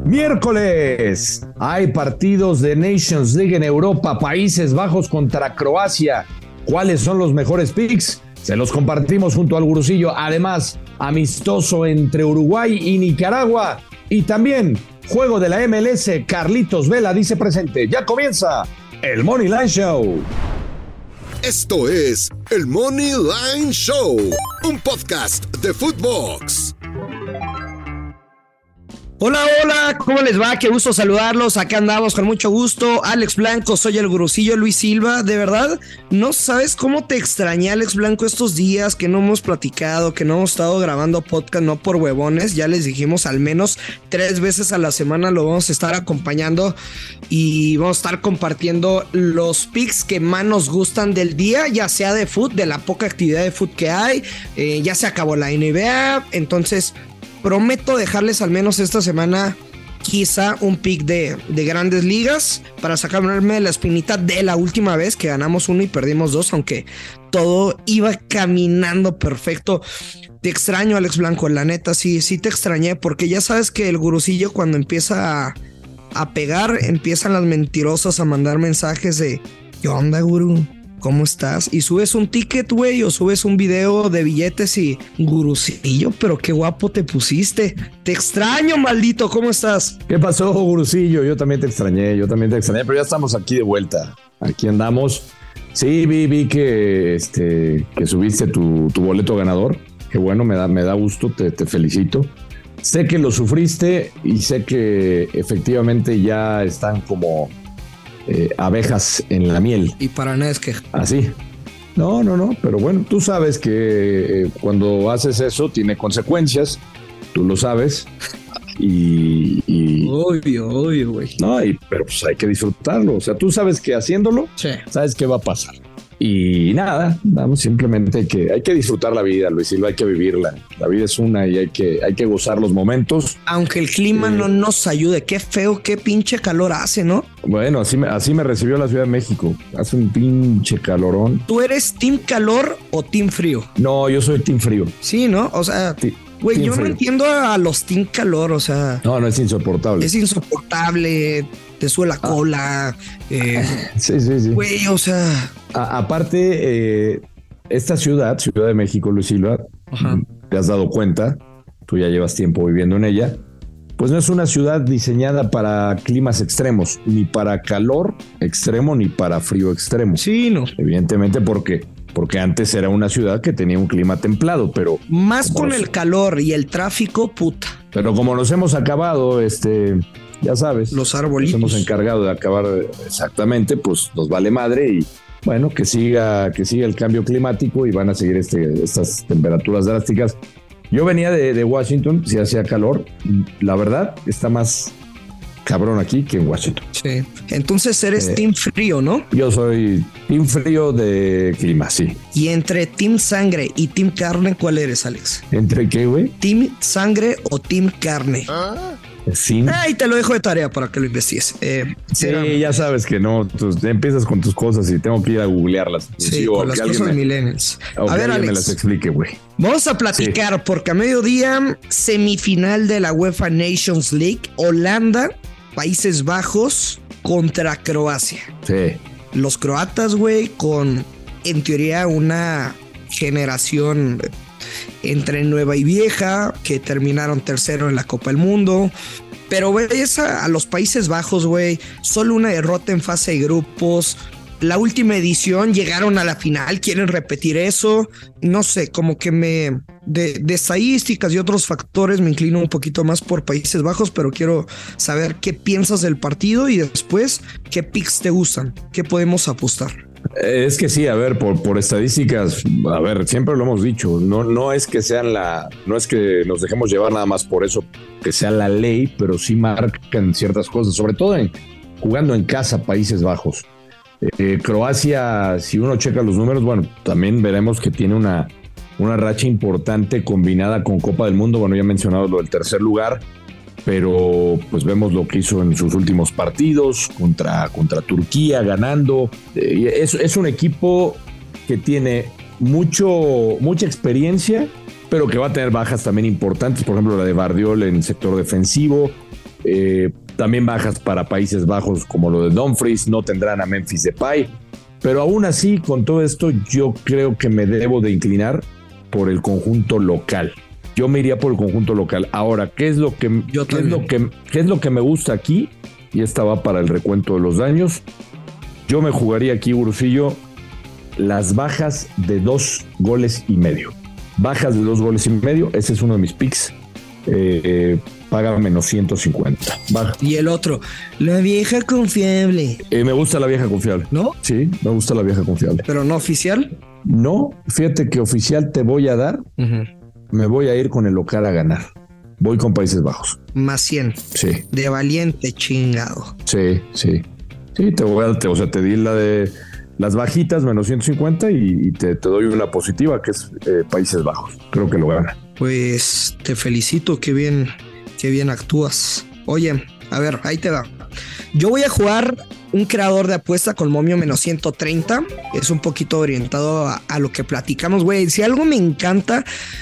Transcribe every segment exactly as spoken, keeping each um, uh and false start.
Miércoles, hay partidos de Nations League en Europa, Países Bajos contra Croacia. ¿Cuáles son los mejores picks? Se los compartimos junto al Gurusillo. Además, amistoso entre Uruguay y Nicaragua. Y también, juego de la M L S, Carlitos Vela dice presente. Ya comienza el Money Line Show. Esto es el Money Line Show, un podcast de Footbox. Hola, hola, ¿cómo les va? Qué gusto saludarlos, acá andamos con mucho gusto. Alex Blanco, soy el Gurusillo, Luis Silva. De verdad, no sabes cómo te extrañé, Alex Blanco, estos días que no hemos platicado, que no hemos estado grabando podcast, no por huevones. Ya les dijimos, al menos tres veces a la semana lo vamos a estar acompañando y vamos a estar compartiendo los picks que más nos gustan del día, ya sea de fútbol, de la poca actividad de fútbol que hay. eh, ya se acabó la N B A, entonces prometo dejarles al menos esta semana quizá un pick de, de grandes ligas para sacarme la espinita de la última vez que ganamos uno y perdimos dos, aunque todo iba caminando perfecto. Te extraño, Alex Blanco, la neta, sí, sí te extrañé, porque ya sabes que el Gurusillo cuando empieza a, a pegar, empiezan las mentirosas a mandar mensajes de ¿qué onda, Guru? ¿Cómo estás? Y subes un ticket, güey, o subes un video de billetes y Gurusillo, pero qué guapo te pusiste. Te extraño, maldito, ¿cómo estás? ¿Qué pasó, Gurusillo? Yo también te extrañé, yo también te extrañé, pero ya estamos aquí de vuelta. Aquí andamos. Sí, vi, vi que, este, que subiste tu, tu boleto ganador. Qué bueno, me da, me da gusto, te, te felicito. Sé que lo sufriste y sé que efectivamente ya están como Eh, abejas en la miel. Y para nada es que... Así. No, no, no, pero bueno, tú sabes que eh, cuando haces eso tiene consecuencias, tú lo sabes. Y... y obvio, obvio, güey. No, y, pero pues hay que disfrutarlo. O sea, tú sabes que haciéndolo, sí, sabes qué va a pasar. Y nada, vamos, simplemente hay que, hay que disfrutar la vida, Luis Silva, hay que vivirla. La vida es una y hay que, hay que gozar los momentos. Aunque el clima eh, no nos ayude, qué feo, qué pinche calor hace, ¿no? Bueno, así me, así me recibió la Ciudad de México. Hace un pinche calorón. ¿Tú eres team calor o team frío? No, yo soy team frío. Sí, ¿no? O sea... Sí. Güey, yo frío. No entiendo a los team calor, o sea... No, no, es insoportable. Es insoportable, te sube la cola. Ah. Eh, sí, sí, sí. Güey, o sea... A, aparte, eh, esta ciudad, Ciudad de México, Luis Silva, ajá, te has dado cuenta, tú ya llevas tiempo viviendo en ella, pues no es una ciudad diseñada para climas extremos, ni para calor extremo, ni para frío extremo. Sí, no. Evidentemente porque... porque antes era una ciudad que tenía un clima templado, pero... Más con el calor y el tráfico, puta. Pero como nos hemos acabado, este, ya sabes... Los arbolitos. Nos hemos encargado de acabar exactamente, pues nos vale madre y bueno, que siga, que siga el cambio climático y van a seguir este, estas temperaturas drásticas. Yo venía de, de Washington, si hacía calor, la verdad está más... cabrón aquí que en Washington. Sí. Entonces eres eh, team frío, ¿no? Yo soy team frío de clima, sí. Y entre team sangre y team carne, ¿cuál eres, Alex? ¿Entre qué, güey? ¿Team sangre o team carne? ¿Ah? Sí. Ahí te lo dejo de tarea para que lo investigues. Eh, sí, era... ya sabes que no, tú empiezas con tus cosas y tengo que ir a googlearlas. Sí, sí, con las cosas me, millennials. A ver, Alex, me las explique, güey. Vamos a platicar sí. Porque a mediodía, semifinal de la UEFA Nations League, Holanda, Países Bajos contra Croacia. Sí. Los croatas, güey, con en teoría una generación entre nueva y vieja, que terminaron tercero en la Copa del Mundo. Pero ves a, a los Países Bajos, güey, solo una derrota en fase de grupos. La última edición llegaron a la final, quieren repetir eso. No sé, como que me... De, de estadísticas y otros factores me inclino un poquito más por Países Bajos, pero quiero saber qué piensas del partido y después qué picks te gustan, qué podemos apostar. Es que sí, a ver, por, por estadísticas, a ver, siempre lo hemos dicho, no, no es que sean la, no es que nos dejemos llevar nada más por eso, que sea la ley, pero sí marcan ciertas cosas, sobre todo en, jugando en casa, Países Bajos. Eh, Croacia, si uno checa los números, bueno, también veremos que tiene una, una racha importante combinada con Copa del Mundo. Bueno, ya he mencionado lo del tercer lugar, pero pues vemos lo que hizo en sus últimos partidos contra, contra Turquía, ganando. Eh, es, es un equipo que tiene mucho, mucha experiencia, pero que va a tener bajas también importantes, por ejemplo la de Bardiol en el sector defensivo. Eh, también bajas para Países Bajos como lo de Dumfries, no tendrán a Memphis Depay, pero aún así con todo esto yo creo que me debo de inclinar por el conjunto local. Yo me iría por el conjunto local. Ahora, ¿qué es lo que, yo qué es lo que, qué es lo que me gusta aquí? Y esta va para el recuento de los daños. Yo me jugaría aquí, Gurusillo, las bajas de dos goles y medio. Bajas de dos goles y medio, ese es uno de mis picks. Eh, eh, paga menos ciento cincuenta. Baja. Y el otro, la vieja confiable. Eh, me gusta la vieja confiable. ¿No? Sí, me gusta la vieja confiable. ¿Pero no oficial? No, fíjate que oficial te voy a dar. Uh-huh. Me voy a ir con el local a ganar. Voy con Países Bajos. Más cien. Sí. De valiente chingado. Sí, sí. Sí, te voy a, te, o sea, te di la de las bajitas menos ciento cincuenta y, y te, te doy una positiva que es eh, Países Bajos. Creo que lo gana. Pues te felicito, qué bien, qué bien actúas. Oye, a ver, ahí te va. Yo voy a jugar un creador de apuesta con momio menos ciento treinta. Es un poquito orientado a, a lo que platicamos, güey. Si algo me encanta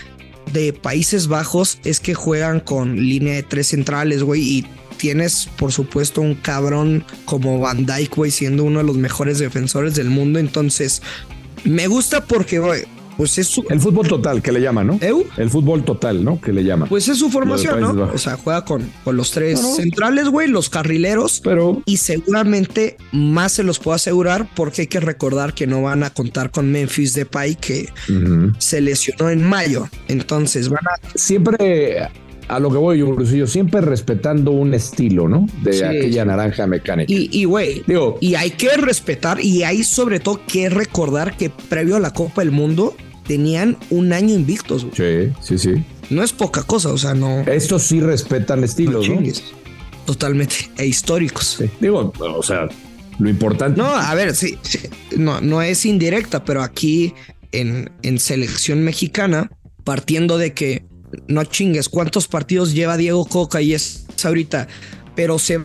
de Países Bajos es que juegan con línea de tres centrales, güey, y tienes, por supuesto, un cabrón como Van Dijk, güey, siendo uno de los mejores defensores del mundo. Entonces, me gusta porque, güey, pues es su... El fútbol total, que le llaman, ¿no? ¿Eu? El fútbol total, ¿no? Que le llaman. Pues es su formación, ¿no? Bajos. O sea, juega con, con los tres no, no. centrales, güey, los carrileros. Pero... Y seguramente más se los puedo asegurar porque hay que recordar que no van a contar con Memphis Depay, que uh-huh. se lesionó en mayo. Entonces van a... Siempre... A lo que voy yo, Brusillo, siempre respetando un estilo, ¿no? De sí, aquella sí. naranja mecánica. Y, güey, y hay que respetar y hay sobre todo que recordar que previo a la Copa del Mundo tenían un año invictos, güey. Sí, sí, sí. No es poca cosa, o sea, no... Estos sí respetan estilos, ¿no? ¿no? Totalmente, e históricos. Sí. Digo, o sea, lo importante... No, a ver, sí, sí, no, no es indirecta, pero aquí en, en selección mexicana, partiendo de que no chingues, ¿cuántos partidos lleva Diego Coca y es ahorita? Pero ¿se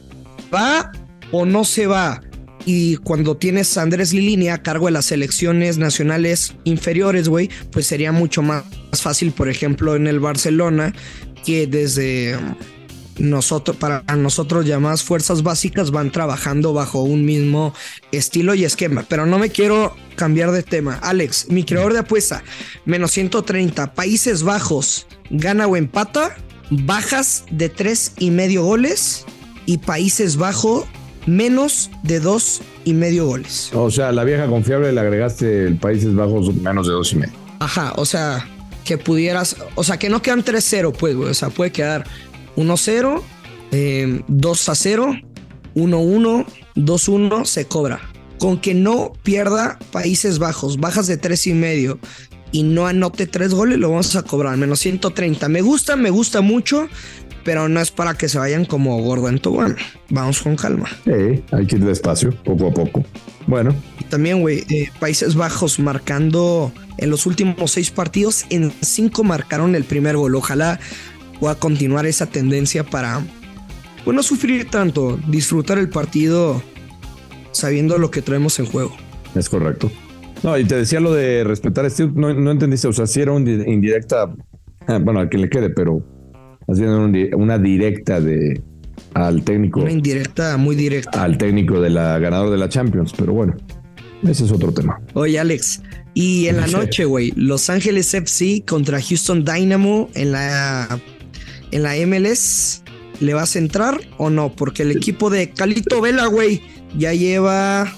va o no se va? Y cuando tienes a Andrés Lilini a cargo de las selecciones nacionales inferiores, güey, pues sería mucho más fácil, por ejemplo, en el Barcelona, que desde nosotros, para nosotros llamadas fuerzas básicas, van trabajando bajo un mismo estilo y esquema. Pero no me quiero cambiar de tema. Alex, mi creador de apuesta, menos ciento treinta, Países Bajos, gana o empata, bajas de tres y medio goles y Países Bajos menos de dos y medio goles. O sea, la vieja confiable le agregaste el Países Bajos menos de dos y medio. Ajá, o sea, que pudieras, o sea, que no quedan tres cero, pues, güey. O sea, puede quedar uno cero, eh, dos a cero, uno uno, dos uno, se cobra. Con que no pierda Países Bajos, bajas de tres y medio y no anote tres goles, lo vamos a cobrar, menos ciento treinta. Me gusta, me gusta mucho, pero no es para que se vayan como gordo en tobogán. Vamos con calma. Sí, hay que ir despacio, poco a poco. Bueno. Y también, güey, eh, Países Bajos marcando en los últimos seis partidos, en cinco marcaron el primer gol. Ojalá pueda continuar esa tendencia para, pues, no sufrir tanto, disfrutar el partido sabiendo lo que traemos en juego. Es correcto. No, y te decía lo de respetar estilo, no, no entendiste, o sea, si era una indirecta, bueno, a quien le quede, pero haciendo una directa de al técnico. Una indirecta muy directa. Al técnico de la ganadora de la Champions, pero bueno, ese es otro tema. Oye, Alex, y en la noche, güey, Los Ángeles F C contra Houston Dynamo en la, en la M L S, ¿le vas a entrar o no? Porque el equipo de Calito Vela, güey, ya lleva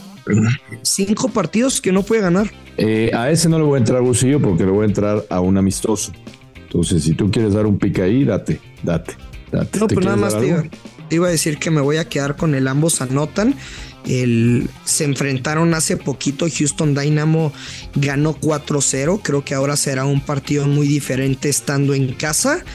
cinco partidos que no puede ganar. Eh, a ese no le voy a entrar, Gusillo, porque le voy a entrar a un amistoso. Entonces, si tú quieres dar un pick ahí, date, date, date. No, pues nada más te iba, te iba a decir que me voy a quedar con el ambos anotan. El, se enfrentaron hace poquito, Houston Dynamo ganó cuatro cero. Creo que ahora será un partido muy diferente estando en casa.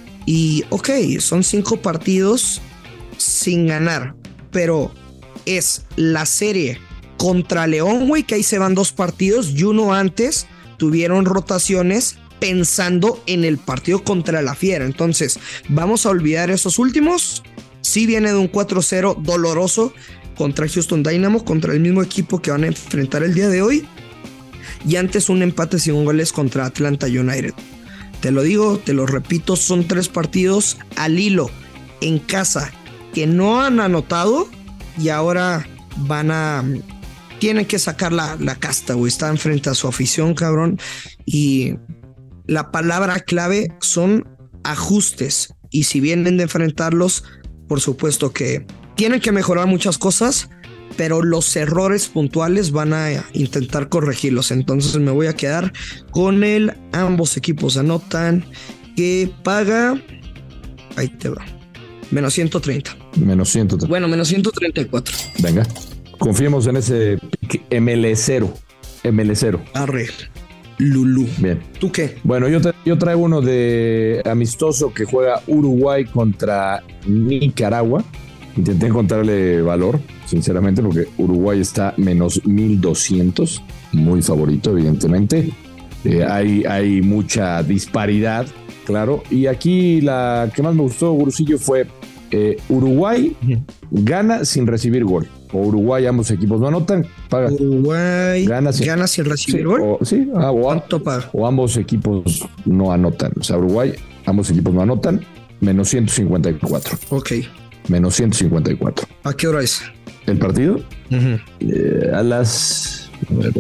Y ok, son cinco partidos sin ganar, pero es la serie contra León, güey, que ahí se van dos partidos y uno antes tuvieron rotaciones pensando en el partido contra la Fiera. Entonces, vamos a olvidar esos últimos. Sí viene de un cuatro cero doloroso contra Houston Dynamo, contra el mismo equipo que van a enfrentar el día de hoy. Y antes un empate sin goles contra Atlanta United. Te lo digo, te lo repito, son tres partidos al hilo, en casa, que no han anotado y ahora van a... Tienen que sacar la, la casta, güey. Están frente a su afición, cabrón. Y la palabra clave son ajustes. Y si vienen de enfrentarlos, por supuesto que tienen que mejorar muchas cosas, pero los errores puntuales van a intentar corregirlos. Entonces me voy a quedar con el ambos equipos anotan, que paga... Ahí te va. Menos ciento treinta. Menos ciento treinta. Bueno, menos ciento treinta y cuatro. Venga. Confiemos en ese M L cero. M L cero. Arre. Lulú. Bien. ¿Tú qué? Bueno, yo, te, yo traigo uno de amistoso que juega Uruguay contra Nicaragua. Intenté encontrarle valor, sinceramente, porque Uruguay está menos mil doscientos. Muy favorito, evidentemente. Eh, hay, hay mucha disparidad, claro. Y aquí la que más me gustó, Gurusillo, fue eh, Uruguay gana sin recibir gol. O Uruguay, ambos equipos no anotan, paga. Uruguay gana sin, gana sin recibir sí, gol. O, sí, ah, o, ¿Cuánto paga? O ambos equipos no anotan. O sea, Uruguay, ambos equipos no anotan, menos ciento cincuenta y cuatro. Ok. Menos ciento cincuenta y cuatro. ¿A qué hora es? ¿El partido? Uh-huh. Eh, a las...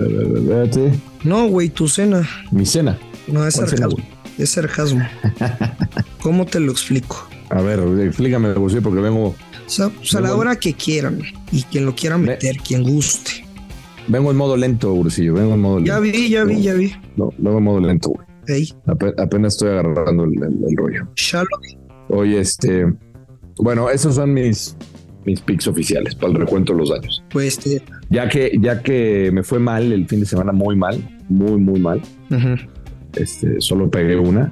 No, güey, tu cena. Mi cena. No, es sarcasmo. Cena, es sarcasmo. ¿Cómo te lo explico? A ver, explícame, José, porque vengo... O sea, pues a la hora que quieran y quien lo quiera meter, Me... quien guste. Vengo en modo lento, Brusillo, vengo en modo lento. Ya vi, ya vi, no, ya vi. No, vengo en modo lento, güey. Hey. Ape- apenas estoy agarrando el, el, el rollo. Ya lo vi. Oye, este... Bueno, esos son mis, mis picks oficiales para el recuento de los daños. Pues este... Ya que, ya que me fue mal el fin de semana, muy mal, muy, muy mal. Uh-huh. Este, solo pegué una.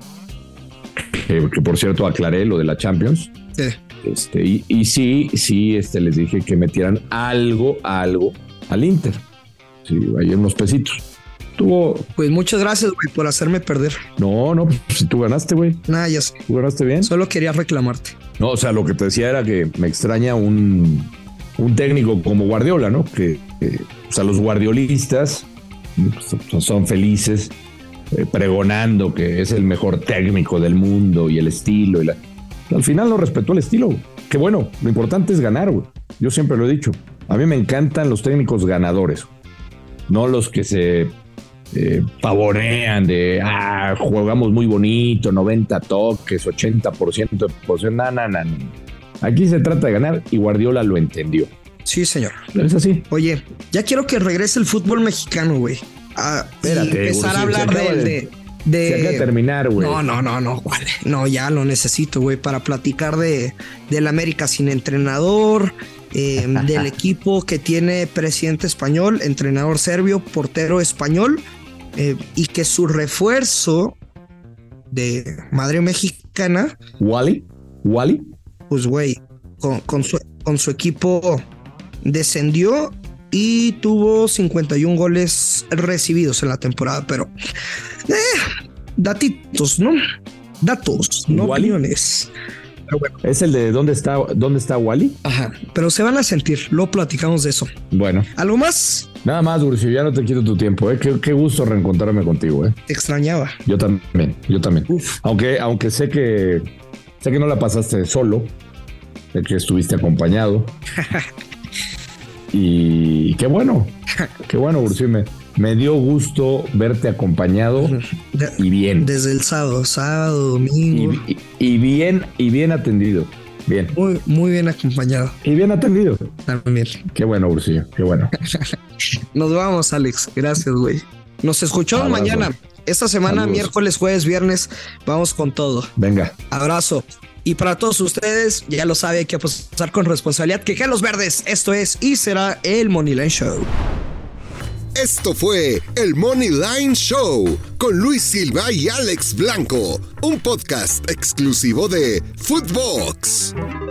Que, que por cierto aclaré lo de la Champions. Sí. Este, y, y sí, sí, este, les dije que metieran algo, algo al Inter. Sí, ahí unos pesitos. Tuvo. Pues muchas gracias, güey, por hacerme perder. No, no, pues si tú ganaste, güey. Nada, ya sé. Tú ganaste bien. Solo quería reclamarte. No, o sea, lo que te decía era que me extraña un, un técnico como Guardiola, ¿no? Que, que o sea, los guardiolistas pues, son felices eh, pregonando que es el mejor técnico del mundo y el estilo y la. Al final no respetó el estilo. Que bueno, lo importante es ganar, güey. Yo siempre lo he dicho. A mí me encantan los técnicos ganadores, no los que se eh, pavonean de, ah, jugamos muy bonito, noventa toques, ochenta por ciento de posesión. No, no, no. Aquí se trata de ganar y Guardiola lo entendió. Sí, señor. Es así. Oye, ya quiero que regrese el fútbol mexicano, güey. Ah, Espérate, y empezar güey, a hablar de... del... De... De... Se acaba de terminar, güey. No, no, no, no, vale. No, ya lo necesito, güey, para platicar de del América sin entrenador, eh, del equipo que tiene presidente español, entrenador serbio, portero español, eh, y que su refuerzo de madre mexicana. ¿Wally? ¿Wally? Pues, güey, con, con, su, con su equipo descendió y tuvo cincuenta y un goles recibidos en la temporada, pero eh, datitos, ¿no? Datos, no ¿Wally? Opiniones. Pero bueno. ¿Es el de dónde está, dónde está Wally? Ajá, pero se van a sentir, luego platicamos de eso. Bueno. ¿Algo más? Nada más, Durcio, ya no te quito tu tiempo, ¿eh? Qué, qué gusto reencontrarme contigo, ¿eh? Te extrañaba. Yo también, yo también. Uf. Aunque, aunque sé que sé que no la pasaste solo, sé que estuviste acompañado. Y qué bueno, qué bueno, Bursi. Me, me dio gusto verte acompañado de, y bien. Desde el sábado, sábado, domingo. Y, y, y bien, y bien atendido. Bien. Muy, muy bien acompañado. Y bien atendido. También. Qué bueno, Bursillo, qué bueno. Nos vamos, Alex. Gracias, güey. Nos escuchamos Abrazo. Mañana. Esta semana, Saludos. Miércoles, jueves, viernes, vamos con todo. Venga. Abrazo. Y para todos ustedes, ya lo sabe, hay que apostar con responsabilidad. Que los verdes, esto es y será el Moneyline Show. Esto fue el Moneyline Show con Luis Silva y Alex Blanco, un podcast exclusivo de Footbox.